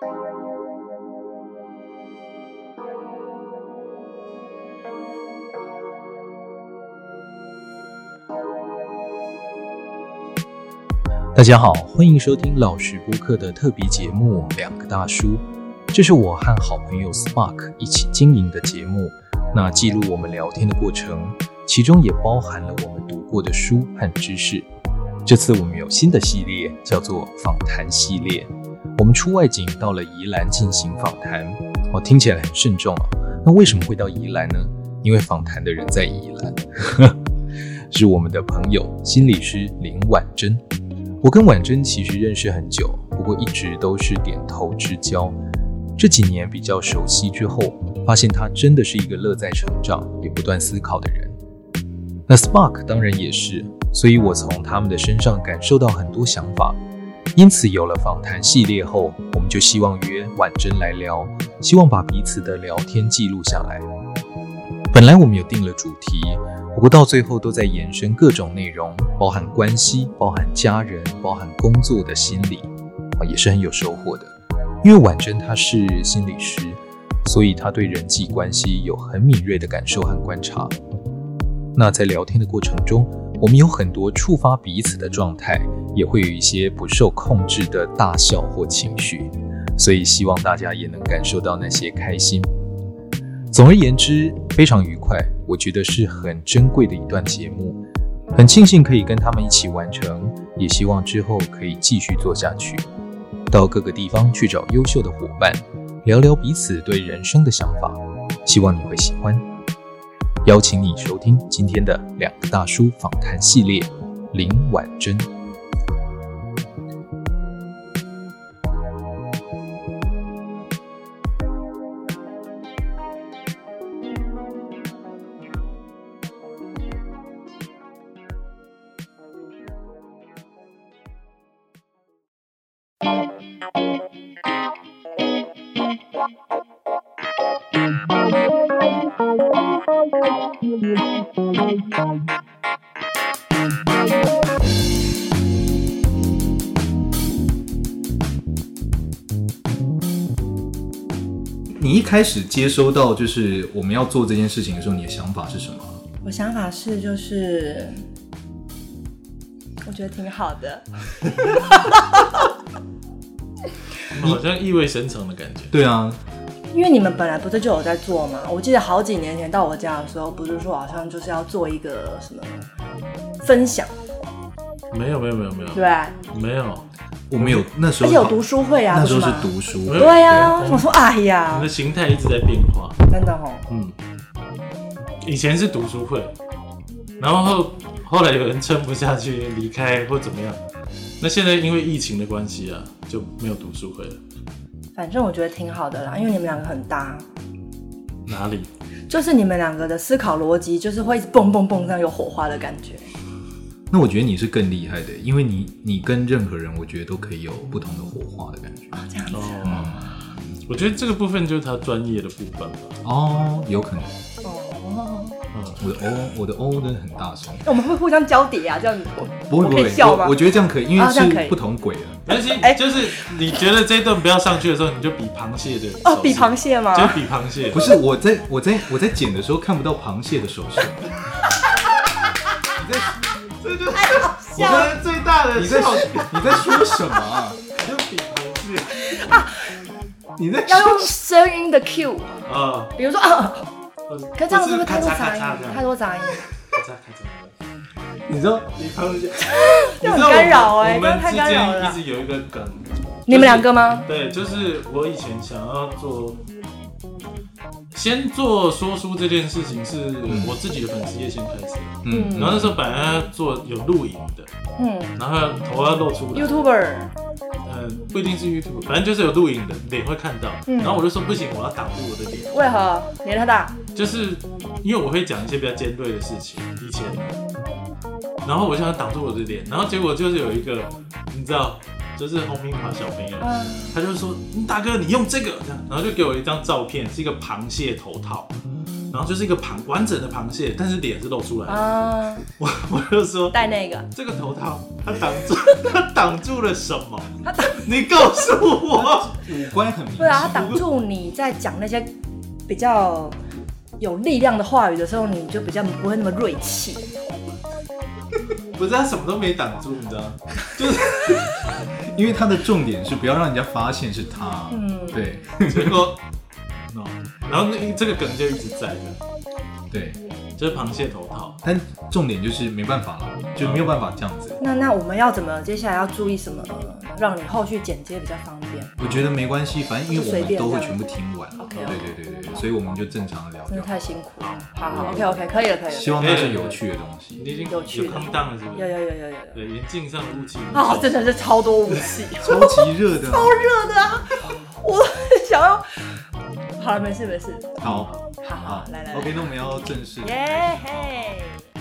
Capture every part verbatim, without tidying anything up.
大家好，欢迎收听老实播客的特别节目《两个大叔》，这是我和好朋友 Spark 一起经营的节目。那记录我们聊天的过程，其中也包含了我们读过的书和知识。这次我们有新的系列，叫做访谈系列。我们出外景到了宜兰进行访谈，哦，听起来很慎重啊。那为什么会到宜兰呢？因为访谈的人在宜兰，是我们的朋友心理师林婉珍。我跟婉珍其实认识很久，不过一直都是点头之交。这几年比较熟悉之后，发现她真的是一个乐在成长也不断思考的人。那 Spark 当然也是，所以我从他们的身上感受到很多想法。因此有了访谈系列后，我们就希望约婉珍来聊，希望把彼此的聊天记录下来。本来我们有定了主题，不过到最后都在延伸各种内容，包含关系，包含家人，包含工作的心理，也是很有收获的。因为婉珍她是心理师，所以她对人际关系有很敏锐的感受和观察。那在聊天的过程中，我们有很多触发彼此的状态，也会有一些不受控制的大笑或情绪，所以希望大家也能感受到那些开心。总而言之，非常愉快，我觉得是很珍贵的一段节目，很庆幸可以跟他们一起完成，也希望之后可以继续做下去，到各个地方去找优秀的伙伴，聊聊彼此对人生的想法，希望你会喜欢。邀请你收听今天的两个大叔访谈系列，林婉珍。 你一开始接收到就是我们要做这件事情的时候，你的想法是什么？ 我想法是就是我觉得挺好的。 好像意味深长的感觉。 对啊， 因为你们本来不是就有在做吗？我记得好几年前到我家的时候，不是说好像就是要做一个什么分享？ 没有没有没有没有， 对， 没有。 我们有那时候， 而且有读书会啊， 那时候是读书会。 对啊，我说哎呀， 我们的形态一直在变化， 真的哦。 嗯，以前是读书会，然后 后, 后来有人撑不下去离开或怎么样，那现在因为疫情的关系啊，就没有读书会了。 反正我觉得挺好的啦，因为你们两个很搭。 哪里？ 就是你们两个的思考逻辑，就是会一直蹦蹦蹦这样有火花的感觉。 那我觉得你是更厉害的，因为你你跟任何人，我觉得都可以有不同的火花的感觉。 哦，这样子。 哦，我觉得这个部分就是他专业的部分吧。 哦，有可能。 哦。 我的哦，我的哦真的很大声。 我们会互相交叠啊，这样子。 不会不会，我, 我觉得这样可以，因为是不同轨的。 而且、啊、就是你觉得这一段不要上去的时候，你就比螃蟹的哦，比螃蟹吗？ 就比螃蟹。 不是，我在我在我在剪的时候看不到螃蟹的手势。你在。 这就是我觉得最大的你在你在说什么啊？ 就比螃蟹啊！ 你在要用声音的 Q 啊， 比如说啊，可这样是不是太多杂音？太多杂音。 咔嚓咔嚓。 你知道比螃蟹， 这很干扰哎， 我们太干扰了。 一直有一个梗， 你们两个吗？ 对，就是我以前想要做。先做说书这件事情是我自己的粉丝页先开始，嗯，然后那时候本来要做有录影的，嗯，然后头要露出来 ，YouTuber， 呃，不一定是 YouTuber， 反正就是有录影的，脸会看到，嗯，然后我就说不行，我要挡住我的脸。 为何？脸太大？ 就是因为我会讲一些比较尖锐的事情，以前，然后我想要挡住我的脸，然后结果就是有一个，你知道。就是红明华小朋友，嗯、他就说：“大哥，你用这个，这样，然后就给我一张照片，是一个螃蟹头套， 然后就是一个螃完整的螃蟹，但是脸是露出来的。啊、我我就说戴那个这个头套，它挡住它挡住了什么？它挡你告诉我， 五官很明显。 对啊，它挡住你在讲那些比较有力量的话语的时候，你就比较不会那么锐气。 不是他什么都没挡住，你知道吗？就是因为他的重点是不要让人家发现是他。嗯，对。 结果，然后那这个梗就一直在的。 对， 就是螃蟹头套。 但重点就是没办法了，就没有办法这样子。 那那我们要怎么接下来要注意什么，让你后续剪接比较方便？ 我觉得没关系，反正因为我们都会全部听完。 OK， 对对对对，所以我们就正常的聊。 真的太辛苦了。好好 OK OK， 可以了可以了。 希望它是有趣的东西。 你已经有趣有空档了是不是？ 有有有有有。 对，连镜上武器。 啊，真的是超多武器， 超级热的， 超热的啊！我想要。好了，没事没事。 好， 好好来来。 OK， 那我们要正式。 耶嘿！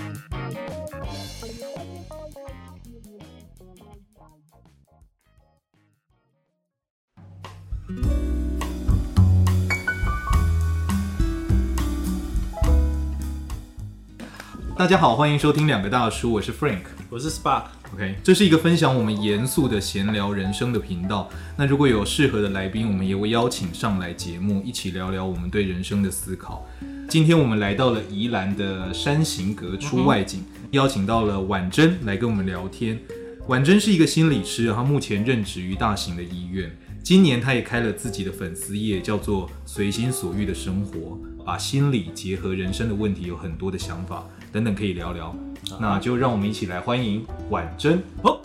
大家好，欢迎收听两个大叔，我是 Frank， 我是 Spark。OK， 这是一个分享我们严肃的闲聊人生的频道。那如果有适合的来宾，我们也会邀请上来节目，一起聊聊我们对人生的思考。今天我们来到了宜兰的山行阁出外景，嗯、邀请到了婉珍来跟我们聊天。婉珍是一个心理师，她目前任职于大型的医院。今年她也开了自己的粉丝页，叫做随心所欲的生活，把心理结合人生的问题，有很多的想法等等可以聊聊。啊、那就让我们一起来欢迎婉珍。哦，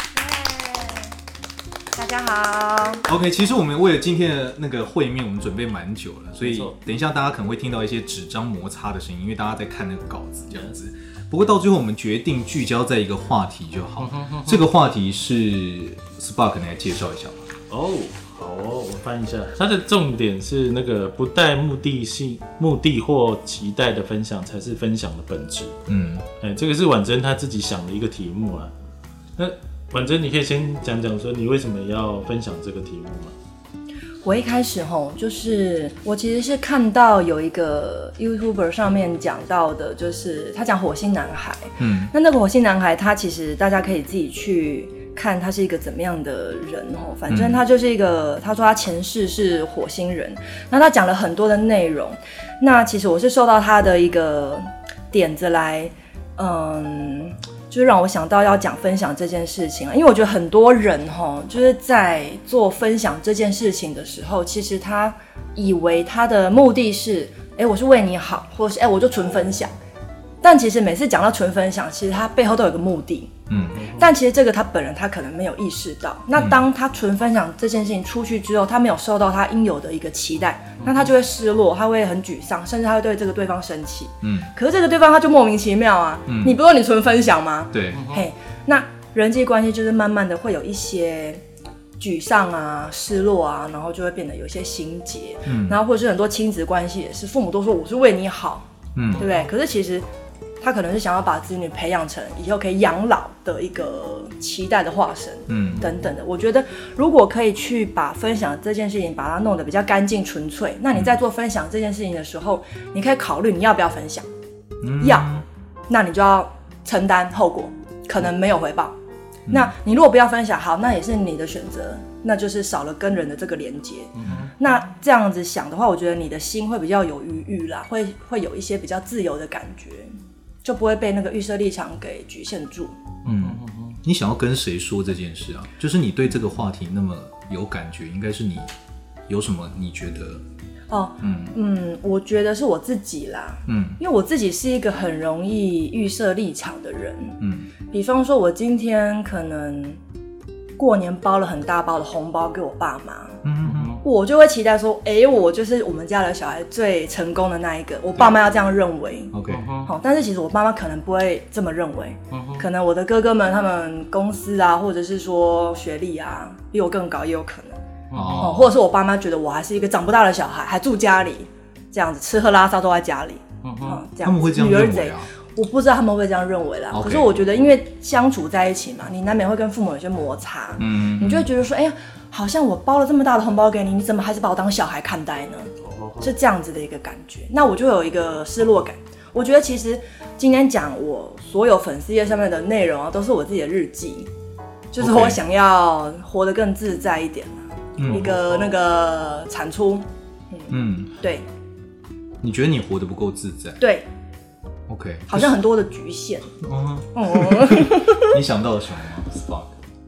大家好。 OK， 其实我们为了今天的那个会面，我们准备蛮久了，所以等一下大家可能会听到一些纸张摩擦的声音，因为大家在看那个稿子这样子。不过到最后我们决定聚焦在一个话题就好。这个话题是 Spark， 你来介绍一下吧。 哦，好哦，我翻一下。它的重点是那个不带目的性、目的或期待的分享才是分享的本质。嗯，哎，这个是婉珍她自己想的一个题目啊。那婉珍，你可以先讲讲说你为什么要分享这个题目吗？ 我一开始吼，就是我其实是看到有一个 YouTuber 上面讲到的，就是他讲火星男孩。嗯，那那个火星男孩，他其实大家可以自己去看他是一个怎么样的人哦。反正他就是一个，他说他前世是火星人，那他讲了很多的内容。那其实我是受到他的一个点子来，嗯。就是让我想到要讲分享这件事情啊，因为我觉得很多人齁，就是在做分享这件事情的时候，其实他以为他的目的是，哎、欸，我是为你好，或者是哎、欸，我就纯分享。但其实每次讲到纯分享，其实他背后都有一个目的。嗯，但其实这个他本人他可能没有意识到。那当他纯分享这件事情出去之后，他没有受到他应有的一个期待，那他就会失落，他会很沮丧，甚至他会对这个对方生气。嗯，可是这个对方他就莫名其妙啊，嗯、你不是说你纯分享吗？ 对， 嘿，那人际关系就是慢慢的会有一些沮丧啊、失落啊，然后就会变得有一些心结。嗯，然后或者是很多亲子关系也是，父母都说我是为你好，嗯，对不对？可是其实他可能是想要把子女培养成以后可以养老的一个期待的化身，嗯，等等的。我觉得如果可以去把分享这件事情把它弄得比较干净纯粹，那你在做分享这件事情的时候，你可以考虑你要不要分享。嗯、要，那你就要承担后果，可能没有回报。嗯、那你如果不要分享，好，那也是你的选择，那就是少了跟人的这个连接。嗯、那这样子想的话，我觉得你的心会比较有余裕啦，会会有一些比较自由的感觉。就不会被那个预设立场给局限住。 嗯，你想要跟谁说这件事啊？就是你对这个话题那么有感觉，应该是你有什么你觉得？ 哦，嗯嗯，我觉得是我自己啦。嗯，因为我自己是一个很容易预设立场的人。嗯，比方说，我今天可能过年包了很大包的红包给我爸妈。嗯。我就会期待说，哎、欸，我就是我们家的小孩最成功的那一个，我爸妈要这样认为。 OK， 好，但是其实我爸妈可能不会这么认为，可能我的哥哥们他们公司啊，或者是说学历啊，比我更高也有可能。哦、嗯，或者是我爸妈觉得我还是一个长不大的小孩，还住家里，这样子吃喝拉撒都在家里。嗯嗯，这样他们会这样认为啊？ 我不知道他们会这样认为啦。Okay. 可是我觉得，因为相处在一起嘛，你难免会跟父母有些摩擦。嗯，你就会觉得说，哎呀。 好像我包了这么大的红包给你，你怎么还是把我当小孩看待呢？是这样子的一个感觉。那我就有一个失落感。我觉得其实今天讲我所有粉丝页上面的内容啊，都是我自己的日记，就是我想要活得更自在一点啊，嗯、一个那个产出。嗯，嗯对。 你觉得你活得不够自在？ 对。 OK， 好像很多的局限。 嗯，哦、你想到了什么吗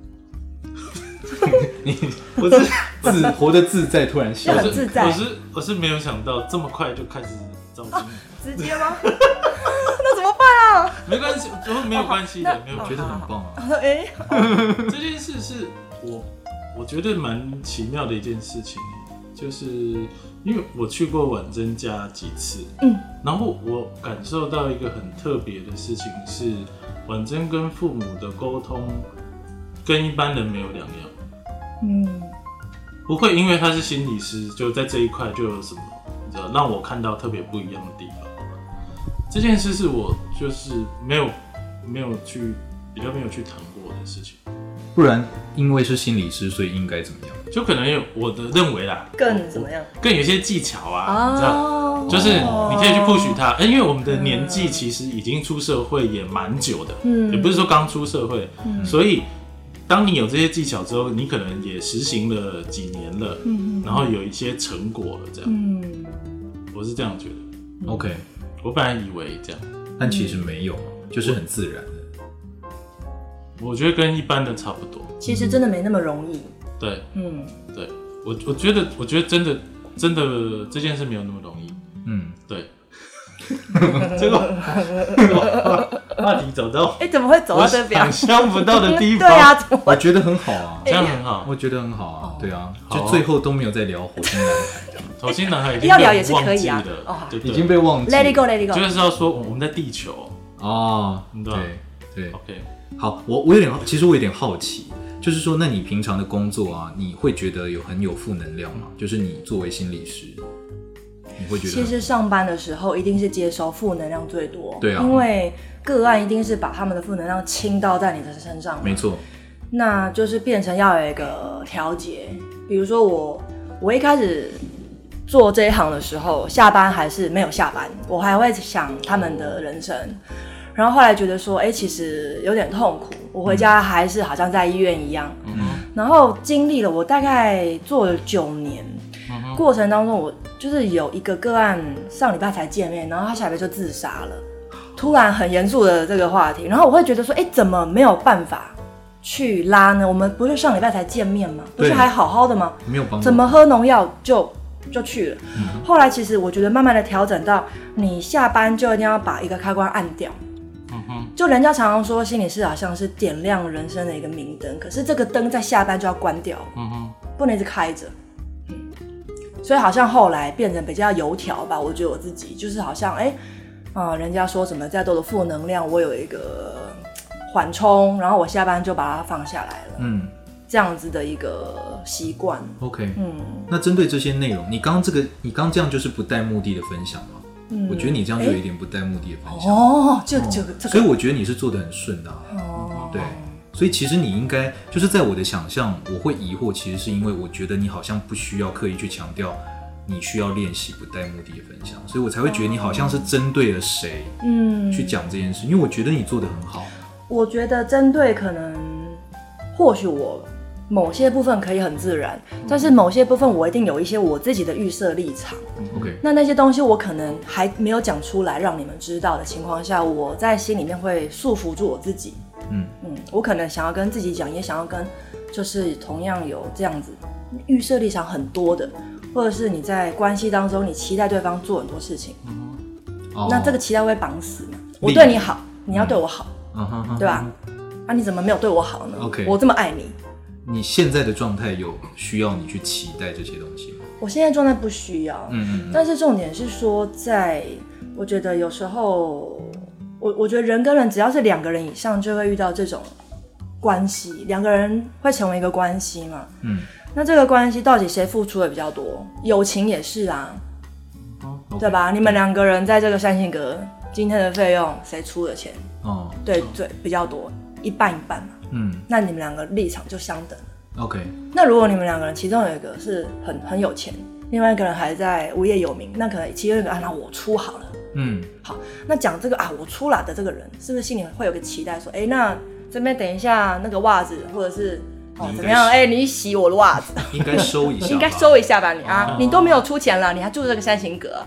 ？Spark， 你我是自活得自在，突然笑， 很自在。 我是我是没有想到这么快就开始招金、啊， 直接吗？那怎么办啊？ 没关系，没有关系的，没有， 我觉得很棒啊。 哎、 哦，这件事是我我觉得蛮奇妙的一件事情，就是因为我去过婉珍家几次，嗯，然后我感受到一个很特别的事情是，婉珍跟父母的沟通跟一般人没有两样，嗯，不会因为他是心理师，就在这一块就有什么，你知道，让我看到特别不一样的地方。这件事是我就是没有没有去比较没有去谈过的事情。 不然，因为是心理师，所以应该怎么样？ 就可能有我的认为啦， 更怎么样？ 更有一些技巧啊，你知道，就是你可以去 push 他，因为我们的年纪其实已经出社会也蛮久的，嗯，也不是说刚出社会，嗯，所以当你有这些技巧之后，你可能也实行了几年了，嗯，然后有一些成果了，这样，嗯，我是这样觉得。 OK， 我本来以为这样， 但其实没有，就是很自然的。 我觉得跟一般的差不多。 其实真的没那么容易。 对，嗯，对，我我觉得，我觉得真的，真的这件事没有那么容易。嗯，对。结果话题走到， 哎、欸，怎么会走到这边？ 想象不到的地方。对啊， 我觉得很好啊， 这样很好， 我觉得很好啊，对啊，就最后都没有在聊火星男孩这样。 火星男孩已经要聊也是可以啊， 哦， 已经被忘记了。 Let it go, let it go， 就是要说我们在地球哦， 对对 ，OK。 好，我我有点，其实我有点好奇，就是说，那你平常的工作啊，你会觉得有很有负能量吗？就是你作为心理师，你会觉得？ 其实上班的时候一定是接收负能量最多， 对啊， 因为个案一定是把他们的负能量倾倒在你的身上， 没错。 那就是变成要有一个调节，比如说我，我一开始做这一行的时候，下班还是没有下班，我还会想他们的人生。然后后来觉得说，哎、欸，其实有点痛苦，我回家还是好像在医院一样。嗯、然后经历了我大概做了九年，嗯、过程当中我就是有一个个案，上礼拜才见面，然后他下礼拜就自杀了。突然很严肃的这个话题，然后我会觉得说，哎、欸，怎么没有办法去拉呢？我们不是上礼拜才见面吗？不是还好好的吗？ 没有帮助。 怎么喝农药就就去了？嗯、后来其实我觉得慢慢的调整到，你下班就一定要把一个开关按掉。就人家常常说心理师好像是点亮人生的一个明灯，可是这个灯在下班就要关掉，嗯哼，不能一直开着，嗯，所以好像后来变成比较油条吧。我觉得我自己就是好像哎，啊、呃，人家说什么再多的负能量，我有一个缓冲，然后我下班就把它放下来了，嗯，这样子的一个习惯。 OK， 嗯，那针对这些内容，你刚刚这个，你刚这样就是不带目的的分享吗？嗯、我觉得你这样就有一点不带目的的分享哦，就就这个， 所以我觉得你是做得很顺的、啊、哦，对，所以其实你应该就是在我的想象，我会疑惑，其实是因为我觉得你好像不需要刻意去强调你需要练习不带目的的分享，所以我才会觉得你好像是针对了谁，嗯，去讲这件事，因为我觉得你做得很好。 我觉得针对可能，或许我某些部分可以很自然，但是某些部分我一定有一些我自己的预设立场。 OK， 那那些东西我可能还没有讲出来，让你们知道的情况下，我在心里面会束缚住我自己。嗯嗯，我可能想要跟自己讲，也想要跟就是同样有这样子预设立场很多的，或者是你在关系当中，你期待对方做很多事情，嗯哦、那这个期待会绑死嘛？我对你好，你要对我好，嗯、对吧？啊，你怎么没有对我好呢？ OK， 我这么爱你。 你现在的状态有需要你去期待这些东西吗？ 我现在状态不需要，嗯嗯，但是重点是说在，在我觉得有时候，我我觉得人跟人只要是两个人以上，就会遇到这种关系，两个人会成为一个关系嘛，嗯，那这个关系到底谁付出的比较多？友情也是啊，哦 okay，对吧？你们两个人在这个三性格今天的费用谁出的钱？哦，对对，比较多，一半一半嘛。嗯，那你们两个立场就相等了。 OK， 那如果你们两个人其中有一个是很很有钱，另外一个人还在无业游民，那可能其中一个啊，那我出好了。嗯，好，那讲这个啊，我出了的这个人，是不是心里会有个期待说，哎、欸，那这边等一下那个袜子或者是哦怎么样？哎、欸，你洗我的袜子， 应该收一下， 应该收一下吧你啊，哦、你都没有出钱了，你还住这个三星阁。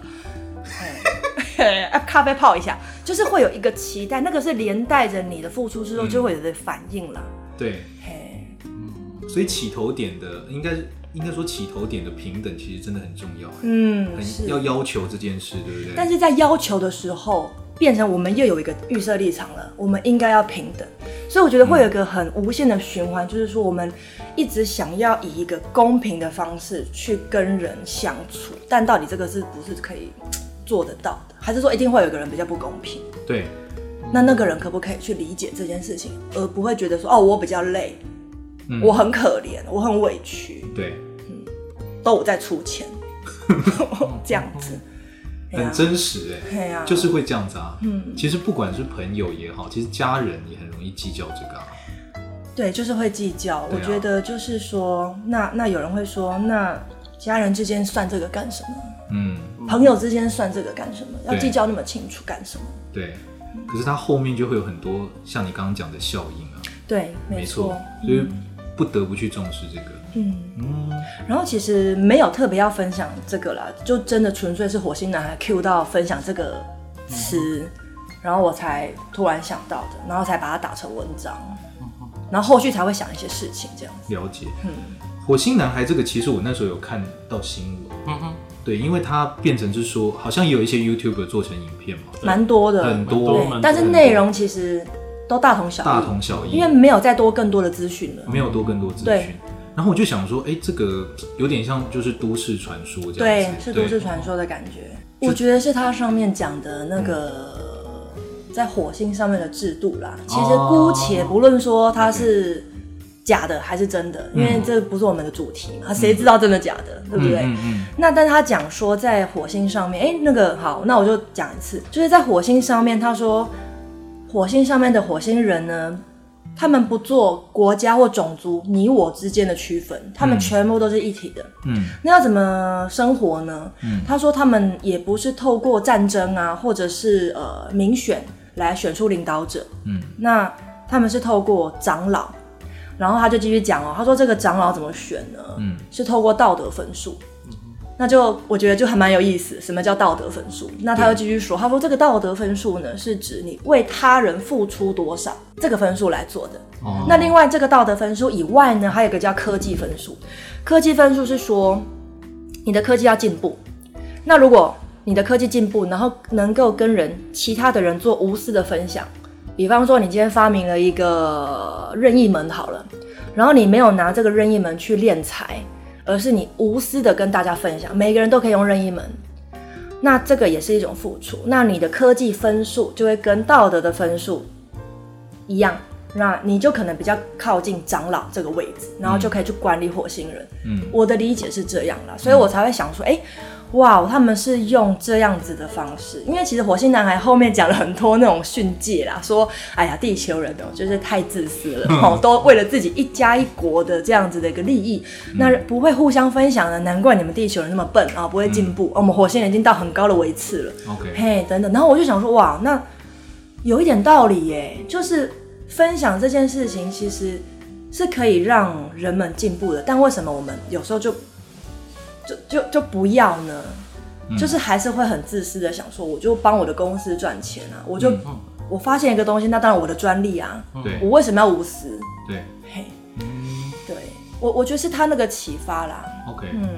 咖啡泡一下，就是会有一个期待，那个是连带着你的付出之后就会有的反应啦。 对，嗯，所以起头点的应该应该说起头点的平等其实真的很重要，嗯，很要要求这件事，对不对？ 但是在要求的时候，变成我们又有一个预设立场了，我们应该要平等，所以我觉得会有一个很无限的循环，嗯、就是说我们一直想要以一个公平的方式去跟人相处，但到底这个是不是可以做得到的？还是说一定会有一个人比较不公平？ 对， 那那个人可不可以去理解这件事情，而不会觉得说哦，我比较累，嗯、我很可怜，我很委屈， 对， 嗯，都我在出钱，这样子， 很真实哎、欸，啊、就是会这样子啊。嗯，其实不管是朋友也好，其实家人也很容易计较这个啊。 对，就是会计较。啊、我觉得就是说，那那有人会说，那家人之间算这个干什么？嗯。朋友之间算这个干什么？要计较那么清楚干什么？ 对，可是它后面就会有很多像你刚刚讲的效应啊。 对，没错， 所以不得不去重视这个。 嗯嗯。然后其实没有特别要分享这个啦，就真的纯粹是火星男孩 cue 到分享这个词，嗯、然后我才突然想到的，然后才把它打成文章，然后后续才会想一些事情这样子。 了解。嗯，火星男孩这个其实我那时候有看到新闻。嗯哼。对，因为它变成是说，好像也有一些 YouTuber 做成影片嘛， 蛮多的， 很多， 但是内容其实都大同小异， 大同小异， 因为没有再多更多的资讯了， 没有多更多资讯。然后我就想说，哎，这个有点像就是都市传说这样子， 对，是都市传说的感觉。我觉得是它上面讲的那个、嗯、在火星上面的制度啦。其实姑且不论说它是假的还是真的，因为这不是我们的主题嘛，谁知道真的假的，嗯、对不对？嗯嗯嗯、那但他讲说在火星上面，哎，那个好，那我就讲一次，就是在火星上面，他说火星上面的火星人呢，他们不做国家或种族你我之间的区分，他们全部都是一体的。嗯，那要怎么生活呢？嗯，他说他们也不是透过战争啊，或者是呃民选来选出领导者。嗯，那他们是透过长老。然后他就继续讲哦，他说这个长老怎么选呢？嗯，是透过道德分数。嗯、那就我觉得就还蛮有意思，什么叫道德分数？那他又继续说，他说这个道德分数呢，是指你为他人付出多少这个分数来做的。哦、那另外这个道德分数以外呢，还有一个叫科技分数。科技分数是说你的科技要进步。那如果你的科技进步，然后能够跟人其他的人做无私的分享。比方说你今天发明了一个任意门好了，然后你没有拿这个任意门去敛财，而是你无私的跟大家分享，每个人都可以用任意门，那这个也是一种付出，那你的科技分数就会跟道德的分数一样，那你就可能比较靠近长老这个位置，然后就可以去管理火星人。嗯，我的理解是这样啦，所以我才会想说，哎，哇，他们是用这样子的方式，因为其实火星男孩后面讲了很多那种训诫啦，说，哎呀，地球人哦，就是太自私了，哦，都为了自己一家一国的这样子的一个利益，嗯、那不会互相分享的，难怪你们地球人那么笨啊，不会进步。嗯哦、我们火星人已经到很高的位次了 ，OK， 嘿，等等。然后我就想说，哇，那有一点道理耶，就是分享这件事情其实是可以让人们进步的，但为什么我们有时候就就就就不要呢？嗯、就是还是会很自私的想说，我就帮我的公司赚钱啊，我就、嗯、我发现一个东西，那当然我的专利啊， 对， 我为什么要无私？ 对， 嘿，嗯，对我我觉得是他那个启发啦。 OK， 嗯。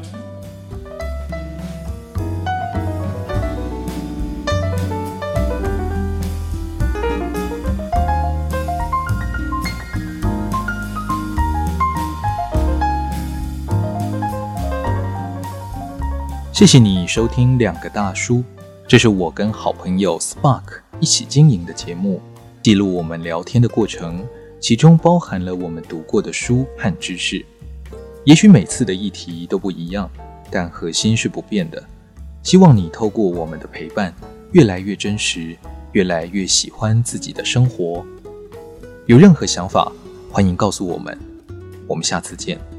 谢谢你收听两个大叔，这是我跟好朋友 Spark 一起经营的节目，记录我们聊天的过程，其中包含了我们读过的书和知识。也许每次的议题都不一样，但核心是不变的。希望你透过我们的陪伴，越来越真实，越来越喜欢自己的生活。有任何想法，欢迎告诉我们。 我们下次见。